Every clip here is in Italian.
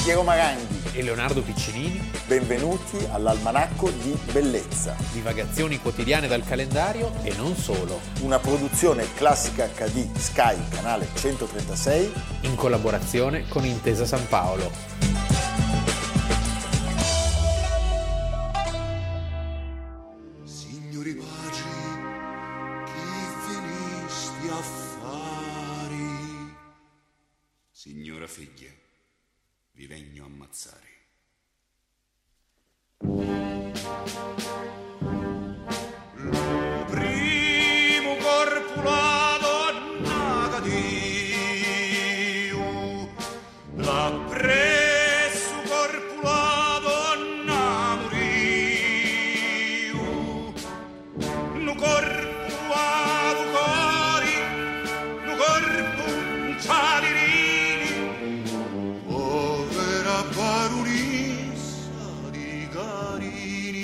Piero Maranghi e Leonardo Piccinini. Benvenuti all'Almanacco di Bellezza. Divagazioni quotidiane dal calendario e non solo. Una produzione Classica HD Sky, canale 136. In collaborazione con Intesa San Paolo. Signori paci, chi venisti a fare? Signora figlia, vi vegno ammazzare. Lo primo corpo la donna che Dio l'ha preso corpo la donna moriu. No corpo a cori, no corpo cialirini, povera baronessa di Carini.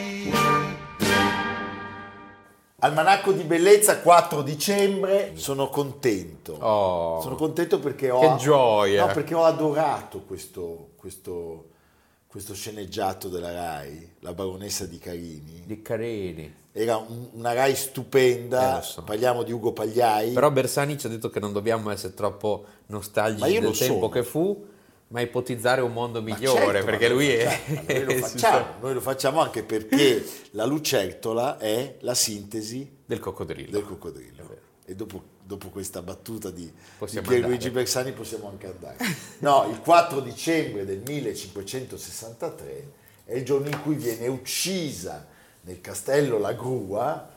Almanacco di Bellezza, 4 dicembre. Sono contento. Oh, Sono contento perché che gioia. No, perché ho adorato questo sceneggiato della Rai, La baronessa di Carini. Di Carini. Era una Rai stupenda, Lo so. parliamo di Ugo Pagliai. Però Bersani ci ha detto che non dobbiamo essere troppo Ma nostalgici io del lo tempo sono. che fu, ma ipotizzare un mondo Ma migliore, certo, perché ma lui è... noi lo facciamo anche perché la lucertola è la sintesi del coccodrillo. del coccodrillo. E dopo questa battuta di Possiamo Pierluigi andare. Bersani possiamo anche andare. No, il 4 dicembre del 1563 è il giorno in cui viene uccisa nel castello La Grua,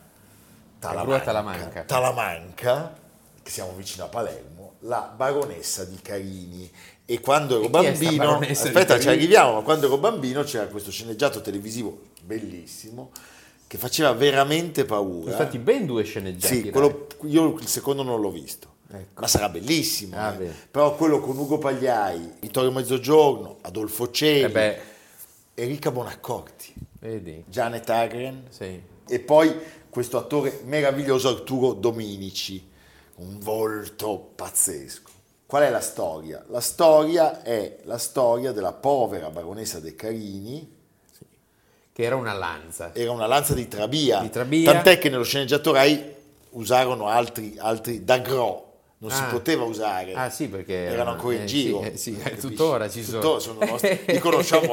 Talamanca, che siamo vicino a Palermo, la baronessa di Carini. E quando ero E chi è sta bambino, baronessa di aspetta, ci Carini? arriviamo, ma quando ero bambino c'era questo sceneggiato televisivo bellissimo che faceva veramente paura. Sono stati ben 2 sceneggiati. Sì, io il secondo non l'ho visto, Ecco. ma sarà bellissimo. Ah, beh. Però quello con Ugo Pagliai, Vittorio Mezzogiorno, Adolfo Celi, beh, Enrica Bonaccorti, vedi. Janet Agren Sì. e poi questo attore meraviglioso Arturo Dominici, un volto pazzesco. Qual è la storia? La storia è la storia della povera baronessa de Carini. Che era una lanza. Era una lanza di Trabia, Di Trabia. tant'è che nello sceneggiato Rai usarono altri D'Agro, non si Ah. poteva usare. Ah sì, perché erano ancora in giro. Sì, capisci? tuttora ci sono. Tuttora sono nostri, li conosciamo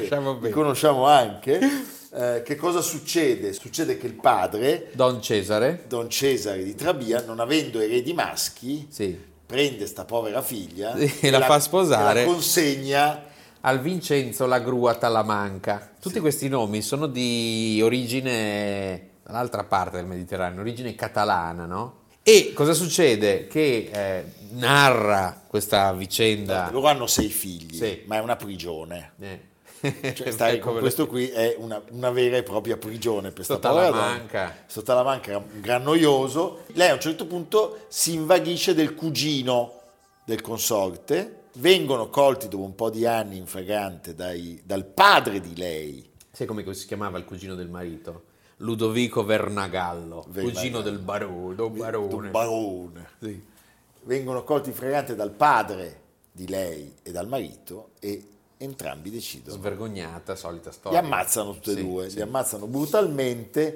anche. Che cosa succede? Succede che il padre, Don Cesare. Don Cesare di Trabia, non avendo eredi maschi, Sì. prende sta povera figlia E la fa sposare. e la consegna. Al Vincenzo La Grua Talamanca. Tutti questi nomi sono di origine dall'altra parte del Mediterraneo, origine catalana, no? E cosa succede? Che narra questa vicenda. Loro hanno 6 figli, Sì. ma è una prigione. Cioè, Ecco, stare con questo qui è una vera e propria prigione per sta povera Talamanca. donna. Sto Talamanca era un gran noioso. Lei a un certo punto si invaghisce del cugino del consorte, vengono colti dopo un po' di anni in flagrante dal padre di lei. Sai come si chiamava il cugino del marito? Ludovico Vernagallo, cugino del barone. Don Don Barone. Sì. Vengono colti in flagrante dal padre di lei e dal marito e entrambi decidono. Svergognata, solita Li storia. ammazzano tutte e Sì, due, sì. li ammazzano brutalmente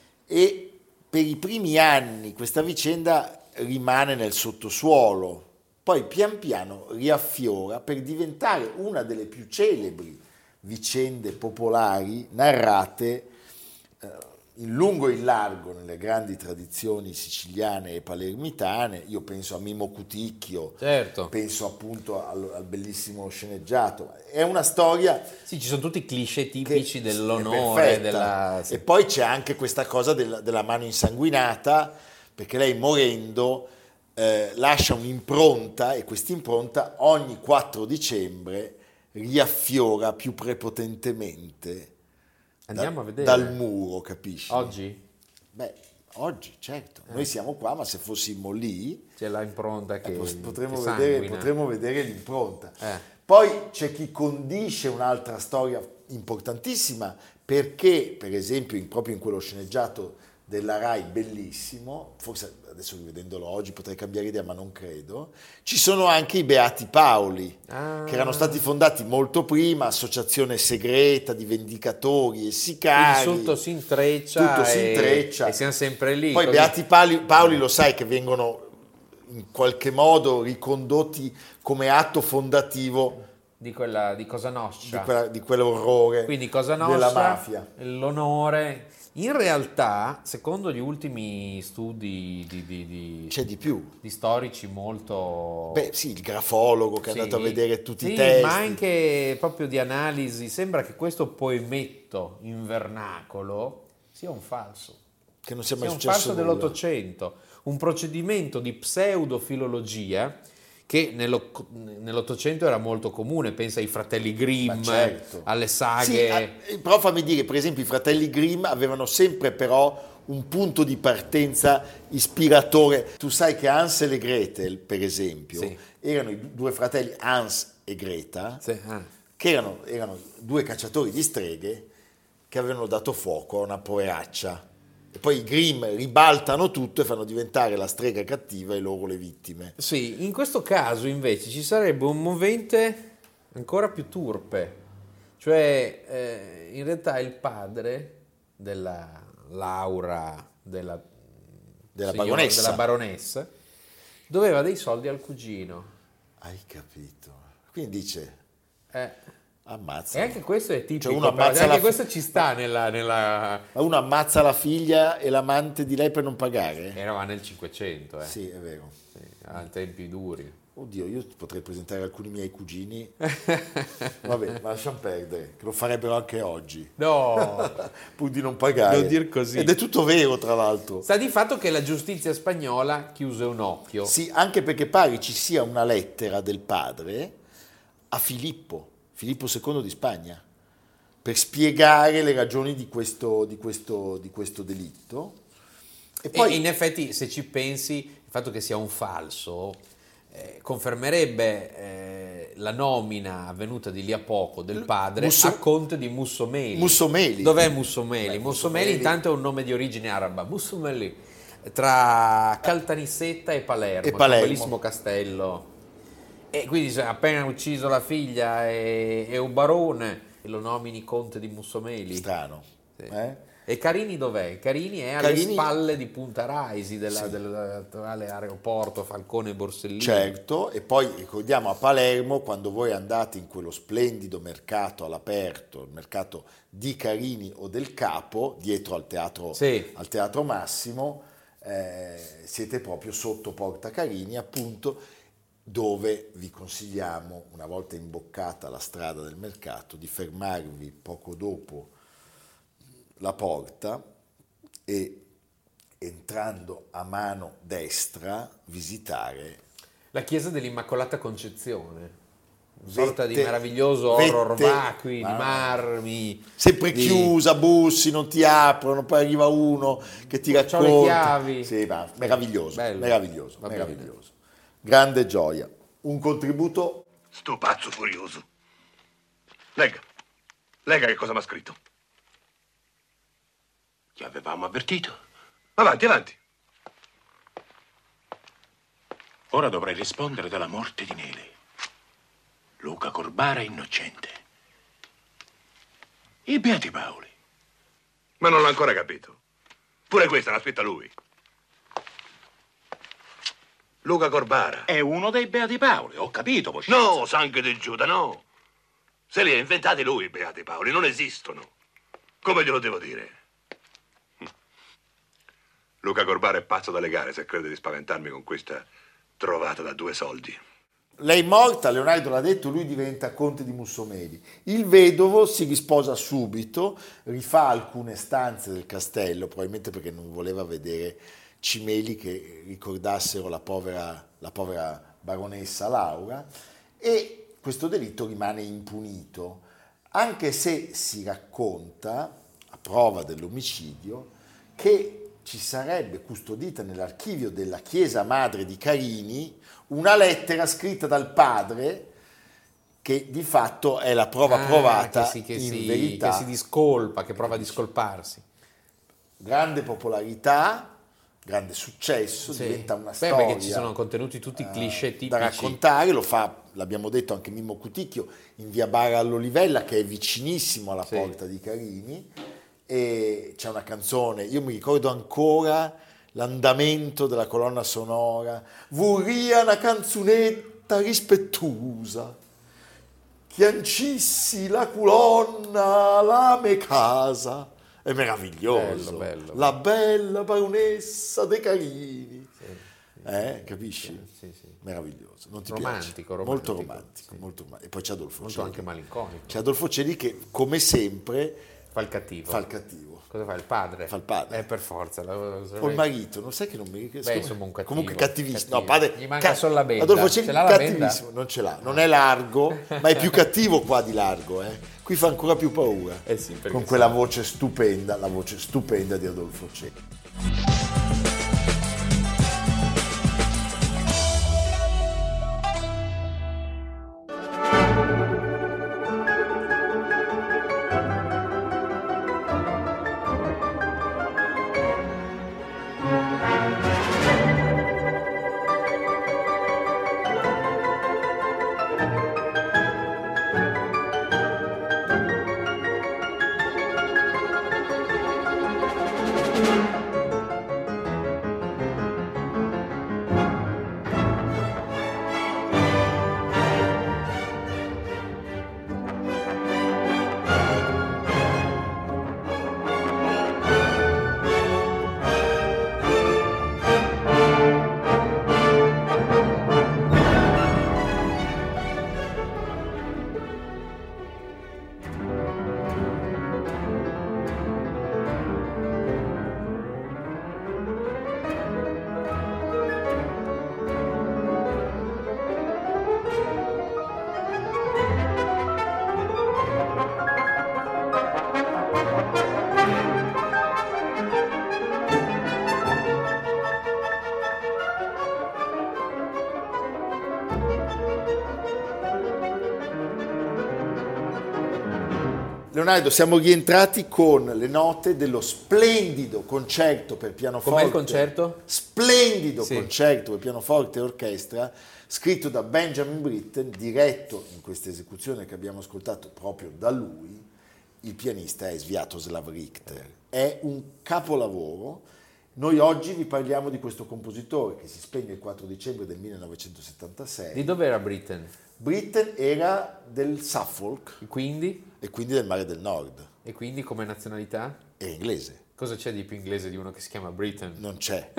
e per i primi anni questa vicenda rimane nel sottosuolo, poi pian piano riaffiora per diventare una delle più celebri vicende popolari narrate in lungo e in largo nelle grandi tradizioni siciliane e palermitane. Io penso a Mimo Cuticchio, Certo. penso appunto al bellissimo sceneggiato. È una storia Sì, ci sono tutti i cliché tipici che dell'onore, è perfetta. della... E poi c'è anche questa cosa della mano insanguinata, perché lei morendo lascia un'impronta e quest'impronta ogni 4 dicembre riaffiora più prepotentemente Andiamo a vedere. dal muro, capisci? Oggi Beh, oggi, certo. Noi siamo qua, ma se fossimo lì c'è la impronta che potremmo che sanguina. vedere l'impronta. Eh. Poi c'è chi condisce un'altra storia importantissima perché, per esempio, proprio in quello sceneggiato della Rai, bellissimo, forse adesso rivedendolo oggi potrei cambiare idea ma non credo, ci sono anche i Beati Paoli, che erano stati fondati molto prima, associazione segreta di vendicatori e sicari. Quindi tutto si intreccia, e siamo sempre lì. Poi i Beati Paoli lo sai che vengono in qualche modo ricondotti come atto fondativo di Cosa Nostra. di quell'orrore Quindi Cosa Nostra, della mafia. l'onore. In realtà, secondo gli ultimi studi di C'è di più. di storici molto... Beh, sì, il grafologo che è Sì, andato a vedere tutti sì, i testi. ma anche proprio di analisi, sembra che questo poemetto in vernacolo sia un falso. Che non sia mai Sia un successo falso nulla. dell'Ottocento, un procedimento di pseudofilologia che nell'Ottocento era molto comune, pensa ai fratelli Grimm, Ma certo. alle Sì, saghe... però fammi dire, per esempio, i fratelli Grimm avevano sempre però un punto di partenza ispiratore. Tu sai che Hansel e Gretel, per esempio, Sì. erano i due fratelli Hans e Greta, Sì, che erano due cacciatori di streghe che avevano dato fuoco a una poveraccia. E poi i Grimm ribaltano tutto e fanno diventare la strega cattiva e loro le vittime. Sì, in questo caso invece ci sarebbe un movente ancora più turpe, cioè in realtà il padre della Laura, della Baronessa. della baronessa, doveva dei soldi al cugino. Hai capito? Quindi dice, ammazza. E anche questo è tipico, Cioè uno però, ammazza anche la questo ci sta nella... Ma uno ammazza la figlia e l'amante di lei per non pagare? Eravamo nel 500, Sì, è vero. sì, a tempi duri. Oddio, io potrei presentare alcuni miei cugini. Vabbè, ma lasciamo perdere, che lo farebbero anche oggi. No, Pur di non pagare. non dir così. Ed è tutto vero, tra l'altro. sta di fatto che la giustizia spagnola chiuse un occhio. Sì, anche perché pare ci sia una lettera del padre a Filippo II di Spagna, per spiegare le ragioni di questo delitto. E poi E in effetti, se ci pensi, il fatto che sia un falso confermerebbe la nomina avvenuta di lì a poco del padre a conte di Mussomeli. Mussomeli. Dov'è Mussomeli? Beh, Mussomeli intanto è un nome di origine araba. Mussomeli, tra Caltanissetta e Palermo, Palermo. un bellissimo castello. E quindi se appena ucciso la figlia è un barone e lo nomini conte di Mussomeli. strano. Sì. E Carini dov'è? Carini è alle Carini- spalle di Punta Raisi, dell'attuale aeroporto Falcone Borsellino. Certo, e poi ricordiamo a Palermo, quando voi andate in quello splendido mercato all'aperto, il mercato di Carini o del Capo, dietro al teatro, Sì. al teatro Massimo, siete proprio sotto Porta Carini, appunto, dove vi consigliamo, una volta imboccata la strada del mercato, di fermarvi poco dopo la porta e, entrando a mano destra, visitare La chiesa dell'Immacolata Concezione, una sorta di vette- meraviglioso horror vette- vacui, di marmi. sempre di- chiusa, bussi, non ti aprono, poi arriva uno che ti racconta. le chiavi. Sì, ma meraviglioso, Bello. meraviglioso, Va bene. meraviglioso. Grande gioia. Un contributo. Sto pazzo furioso. Legga. Legga che cosa mi ha scritto. Ti avevamo avvertito. Avanti, avanti. Ora dovrai rispondere della morte di Nele. Luca Corbara è innocente. I Beati Paoli. Ma non l'ho ancora capito. Pure questa l'ha scritta lui. Luca Corbara. È uno dei Beati Paoli, ho capito, voi. No, sangue di Giuda, no. Se li ha inventati lui, i Beati Paoli, non esistono. Come glielo devo dire? Luca Corbara è pazzo da legare se crede di spaventarmi con questa trovata da 2 soldi. Lei morta, Leonardo l'ha detto, lui diventa conte di Mussomeli. Il vedovo si risposa subito, rifà alcune stanze del castello, probabilmente perché non voleva vedere cimeli che ricordassero la povera baronessa Laura, e questo delitto rimane impunito, anche se si racconta, a prova dell'omicidio, che ci sarebbe custodita nell'archivio della chiesa madre di Carini una lettera scritta dal padre che di fatto è la prova provata che in si verità. discolpa, che prova a discolparsi. grande popolarità, grande successo, Sì. diventa una Beh, storia perché ci sono contenuti tutti cliché tipici. da raccontare, lo fa, l'abbiamo detto anche Mimmo Cuticchio, in via Bara all'Olivella, che è vicinissimo alla Sì. porta di Carini, e c'è una canzone, io mi ricordo ancora l'andamento della colonna sonora, vorria una canzunetta rispettosa, che ancissi la colonna alla me casa. È meraviglioso. Bello. La bella baronessa dei Carini. Capisci? Sì. Meraviglioso. Non ti Romantico, piace? Molto romantico, romantico, sì. molto romantico. E poi c'è Adolfo Molto Celi. anche malinconico. C'è Adolfo Celi che, come sempre, Fa il cattivo. fa il cattivo. Cosa fa? Il padre? Fa il padre. Per forza. O il marito, non sai che non mi ricordo. Beh, insomma, un cattivo. Comunque cattivissimo. No, Cattivo. padre, Gli manca solo la benda. Adolfo Celi Ce l'ha la benda? cattivissimo, non ce l'ha. Non è largo, ma è più cattivo qua di largo. Qui fa ancora più paura. Sì, perché con quella voce stupenda, la voce stupenda di Adolfo Celi. Leonardo, siamo rientrati con le note dello splendido concerto per pianoforte. Com'è il concerto? Splendido Sì. concerto per pianoforte e orchestra, scritto da Benjamin Britten, diretto in questa esecuzione che abbiamo ascoltato proprio da lui. Il pianista è Sviatoslav Richter. È un capolavoro. Noi oggi vi parliamo di questo compositore che si spegne il 4 dicembre del 1976. Di dove era Britten? Britten era del Suffolk Quindi? e quindi del Mare del Nord. E quindi come nazionalità? Era inglese. Cosa c'è di più inglese di uno che si chiama Britten? Non c'è.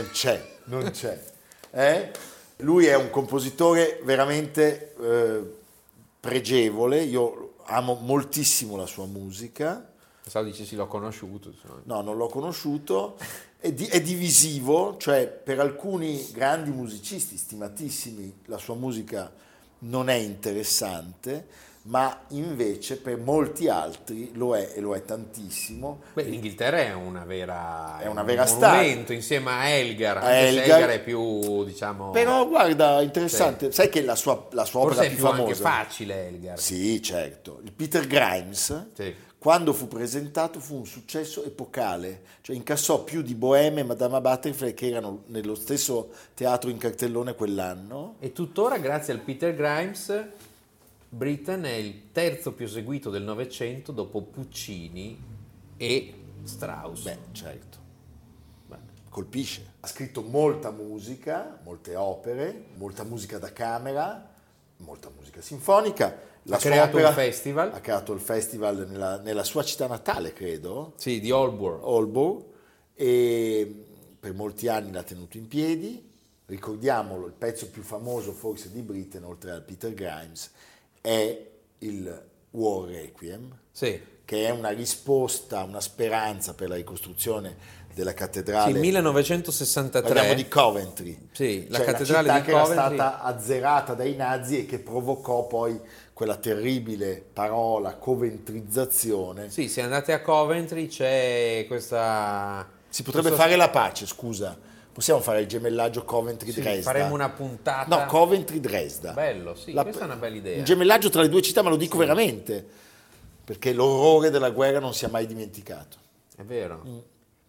Lui è un compositore veramente pregevole. Io amo moltissimo la sua musica. Pensavo dicessi l'ho conosciuto. Insomma. No, non l'ho conosciuto. È divisivo, cioè per alcuni grandi musicisti stimatissimi la sua musica non è interessante, ma invece per molti altri lo è, e lo è tantissimo. Beh, l'Inghilterra è una vera star. monumento insieme a Elgar, anche se Elgar Elgar è più, diciamo... Però guarda, interessante, sai che la sua opera forse è più più famosa... anche facile Elgar. Sì, certo. Il Peter Grimes, Sì. quando fu presentato, fu un successo epocale, cioè incassò più di Bohème e Madama Butterfly, che erano nello stesso teatro in cartellone quell'anno. E tuttora, grazie al Peter Grimes, Britten è il terzo più seguito del Novecento dopo Puccini e Strauss. Beh, certo. Colpisce. Ha scritto molta musica, molte opere, molta musica da camera, molta musica sinfonica. Ha creato un festival. Ha creato il festival nella sua città natale, credo, Sì, di Holborn. Holborn, e per molti anni l'ha tenuto in piedi. Ricordiamolo, il pezzo più famoso forse di Britten, oltre al Peter Grimes, è il War Requiem, Sì. che è una risposta, una speranza per la ricostruzione della cattedrale. Sì, 1963. Parliamo di Coventry. Sì, la cioè cattedrale la città di che era Coventry. stata azzerata dai nazi e che provocò poi quella terribile parola coventrizzazione. Sì, se andate a Coventry c'è questa... Si potrebbe fare la pace, scusa. Possiamo fare il gemellaggio Coventry-Dresda? Sì, faremo una puntata... No, Coventry-Dresda. Bello, sì, questa è una bella idea. Il gemellaggio tra le due città, ma lo dico veramente, perché l'orrore della guerra non si è mai dimenticato. È vero.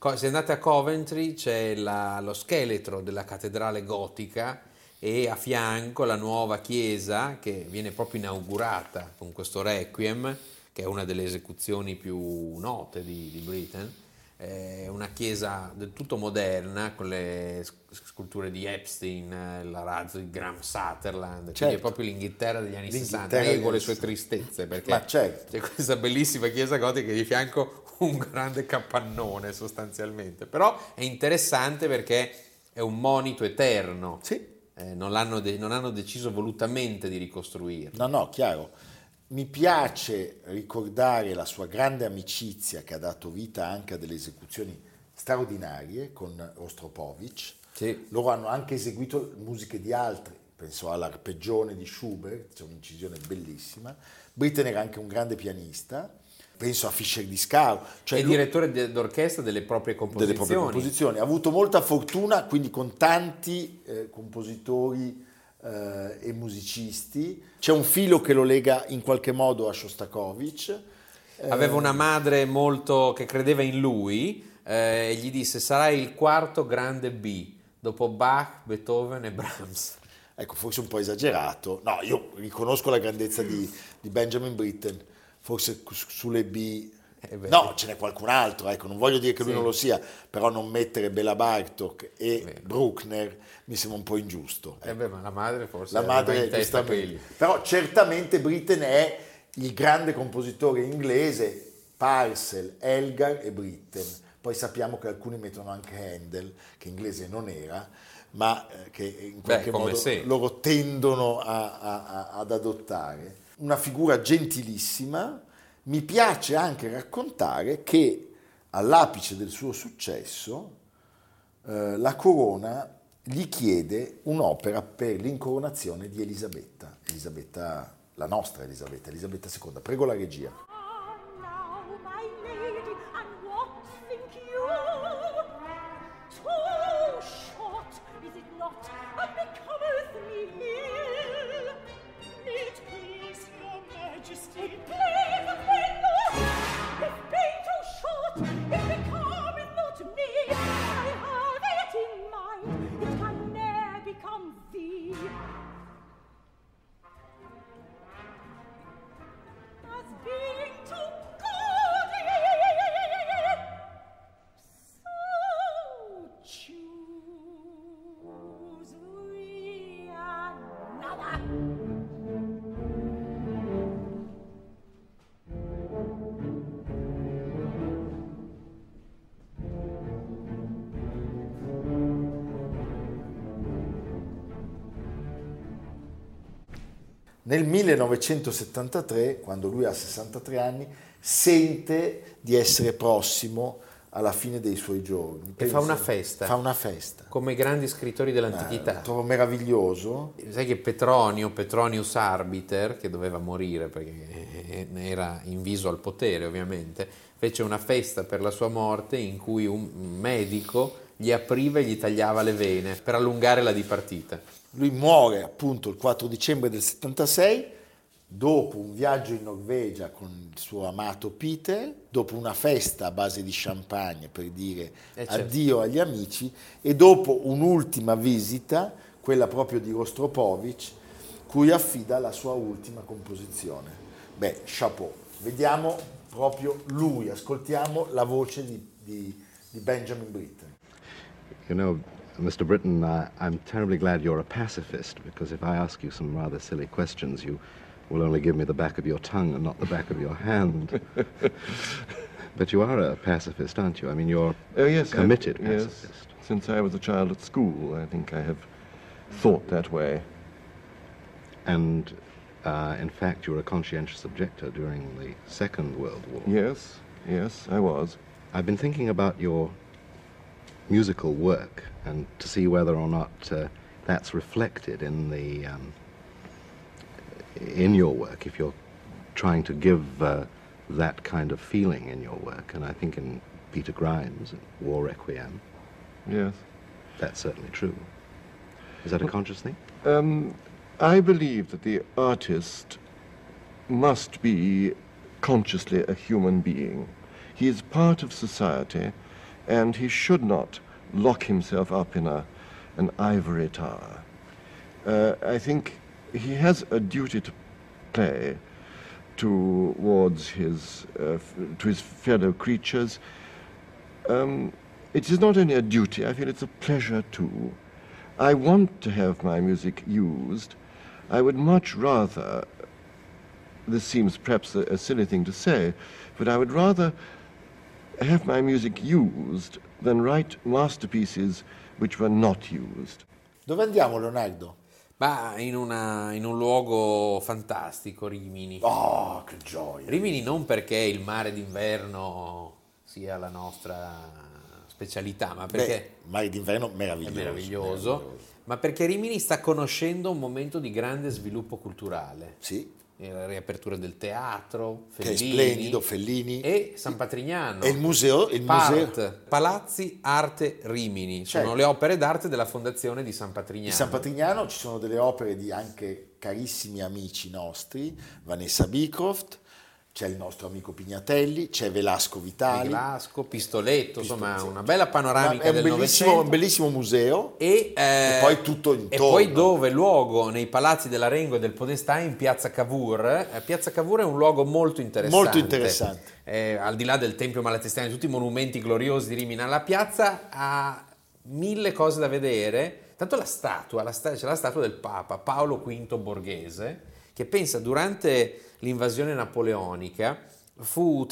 Se andate a Coventry c'è lo scheletro della cattedrale gotica e a fianco la nuova chiesa che viene proprio inaugurata con questo Requiem, che è una delle esecuzioni più note di Britten. È una chiesa del tutto moderna con le sculture di Epstein, la razzo di Graham Sutherland, certo. Quindi è proprio l'Inghilterra degli anni 60 e con le sue tristezze, perché Ma certo. c'è questa bellissima chiesa gotica e di fianco un grande capannone sostanzialmente, però è interessante perché è un monito eterno. Sì. Non hanno deciso volutamente di ricostruirlo. No, chiaro. Mi piace ricordare la sua grande amicizia che ha dato vita anche a delle esecuzioni straordinarie con Rostropovich. Sì. Loro hanno anche eseguito musiche di altri, penso all'arpeggione di Schubert, c'è un'incisione bellissima. Britten era anche un grande pianista, penso a Fischer di Scaro. Cioè è direttore d'orchestra delle proprie composizioni. Ha avuto molta fortuna, quindi con tanti compositori e musicisti. C'è un filo che lo lega in qualche modo a Shostakovich. Aveva una madre molto che credeva in lui e gli disse: sarai il quarto grande B dopo Bach, Beethoven e Brahms. Ecco, forse un po' esagerato. No, io riconosco la grandezza di Benjamin Britten, forse sulle B. No, ce n'è qualcun altro, ecco, non voglio dire che lui non lo sia, però non mettere Bela Bartok e Bruckner mi sembra un po' ingiusto. Ecco. Ma la madre forse la madre giustamente. Però certamente Britten è il grande compositore inglese, Parcel, Elgar e Britten. Poi sappiamo che alcuni mettono anche Handel, che inglese non era, ma che in qualche modo loro tendono ad adottare. Una figura gentilissima. Mi piace anche raccontare che all'apice del suo successo la corona gli chiede un'opera per l'incoronazione di Elisabetta, la nostra Elisabetta II. Prego la regia. Nel 1973, quando lui ha 63 anni, sente di essere prossimo alla fine dei suoi giorni. E fa una festa. Come i grandi scrittori dell'antichità. Trovo meraviglioso. Sai che Petronius Arbiter, che doveva morire perché era inviso al potere ovviamente, fece una festa per la sua morte in cui un medico gli apriva e gli tagliava le vene per allungare la dipartita. Lui muore appunto il 4 dicembre del 76, dopo un viaggio in Norvegia con il suo amato Peter, dopo una festa a base di champagne per dire addio agli amici e dopo un'ultima visita, quella proprio di Rostropovich, cui affida la sua ultima composizione. Beh, chapeau. Vediamo proprio lui, ascoltiamo la voce di Benjamin Britten. You know, Mr. Britten, I'm terribly glad you're a pacifist, because if I ask you some rather silly questions, you will only give me the back of your tongue and not the back of your hand. But you are a pacifist, aren't you? I mean, you're committed pacifist. Yes. Since I was a child at school, I think I have thought that way. And, in fact, you were a conscientious objector during the Second World War. Yes, I was. I've been thinking about your musical work and to see whether or not that's reflected in the in your work, if you're trying to give that kind of feeling in your work. And I think in Peter Grimes, War Requiem, yes, that's certainly true. Is that a conscious thing? I believe that the artist must be consciously a human being. He is part of society. and he should not lock himself up in an ivory tower. I think he has a duty to play towards his fellow creatures. It is not only a duty, I feel it's a pleasure too. I want to have my music used. I would much rather, this seems perhaps a silly thing to say, but I would rather have my music used than write masterpieces which were not used. Dove andiamo, Leonardo? Ma in un luogo fantastico, Rimini. Oh, che gioia! Rimini non perché il mare d'inverno sia la nostra specialità, ma perché il mare d'inverno è meraviglioso, ma perché Rimini sta conoscendo un momento di grande sviluppo culturale. Sì. La riapertura del teatro, Fellini, che è splendido, Fellini e San Patrignano e il museo Palazzi Arte Rimini, certo. Sono le opere d'arte della fondazione di San Patrignano. Di San Patrignano ci sono delle opere di anche carissimi amici nostri, Vanessa Beecroft, c'è il nostro amico Pignatelli, c'è Velasco Vitali, Pistoletto, insomma una bella panoramica del Novecento. È un bellissimo museo e poi tutto intorno. E poi dove luogo nei palazzi dell'Arengo e del Podestà in Piazza Cavour. Piazza Cavour è un luogo molto interessante. Molto interessante. Al di là del Tempio Malatestiano, tutti i monumenti gloriosi di Rimini, la piazza ha mille cose da vedere. Tanto c'è la statua del Papa Paolo V Borghese, che pensa durante l'invasione napoleonica fu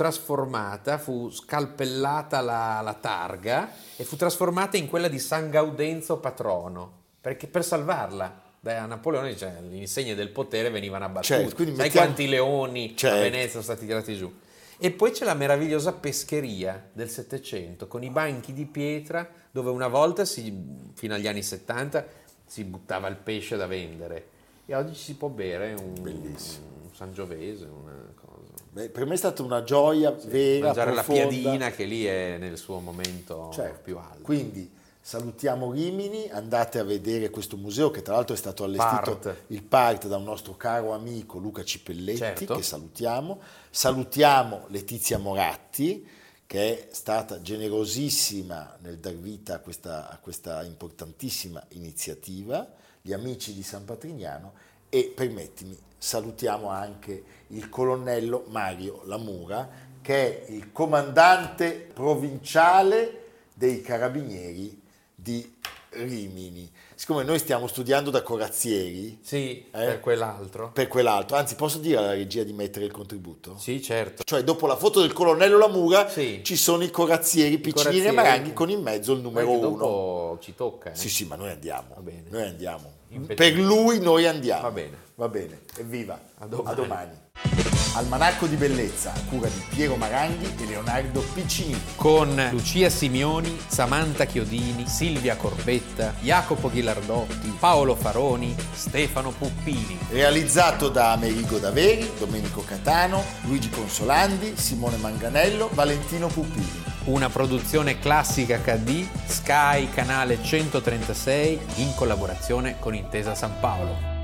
scalpellata la targa e fu trasformata in quella di San Gaudenzo patrono, perché per salvarla da Napoleone, cioè, le insegne del potere venivano abbattute. Certo, sai quanti leoni certo. a Venezia sono stati tirati giù. E poi c'è la meravigliosa pescheria del Settecento con i banchi di pietra dove una volta fino agli anni 70 si buttava il pesce da vendere e oggi si può bere un Sangiovese, una cosa. Beh, per me è stata una gioia vera, mangiare profonda. La piadina che lì è nel suo momento più alto. Quindi salutiamo Rimini, andate a vedere questo museo che tra l'altro è stato allestito il PART da un nostro caro amico Luca Cipelletti, certo. Che salutiamo Letizia Moratti che è stata generosissima nel dar vita a questa importantissima iniziativa, gli amici di San Patrignano, e permettimi, salutiamo anche il colonnello Mario Lamura che è il comandante provinciale dei Carabinieri di Rimini. Siccome noi stiamo studiando da corazzieri, per quell'altro, anzi posso dire alla regia di mettere il contributo? Sì, certo. Cioè dopo la foto del colonnello Lamura ci sono i corazzieri Piccinini e Maranghi con in mezzo il numero 1. Dopo ci tocca. Sì, ma noi andiamo. Va bene. Noi andiamo. Per lui noi andiamo. Va bene. Evviva. A domani. Almanacco di bellezza a cura di Piero Maranghi e Leonardo Piccinini. Con Lucia Simioni, Samantha Chiodini, Silvia Corbetta, Jacopo Ghilardotti, Paolo Faroni, Stefano Puppini. Realizzato da Amerigo Daveri, Domenico Catano, Luigi Consolandi, Simone Manganello, Valentino Puppini. Una produzione Classica HD, Sky Canale 136 in collaborazione con Intesa San Paolo.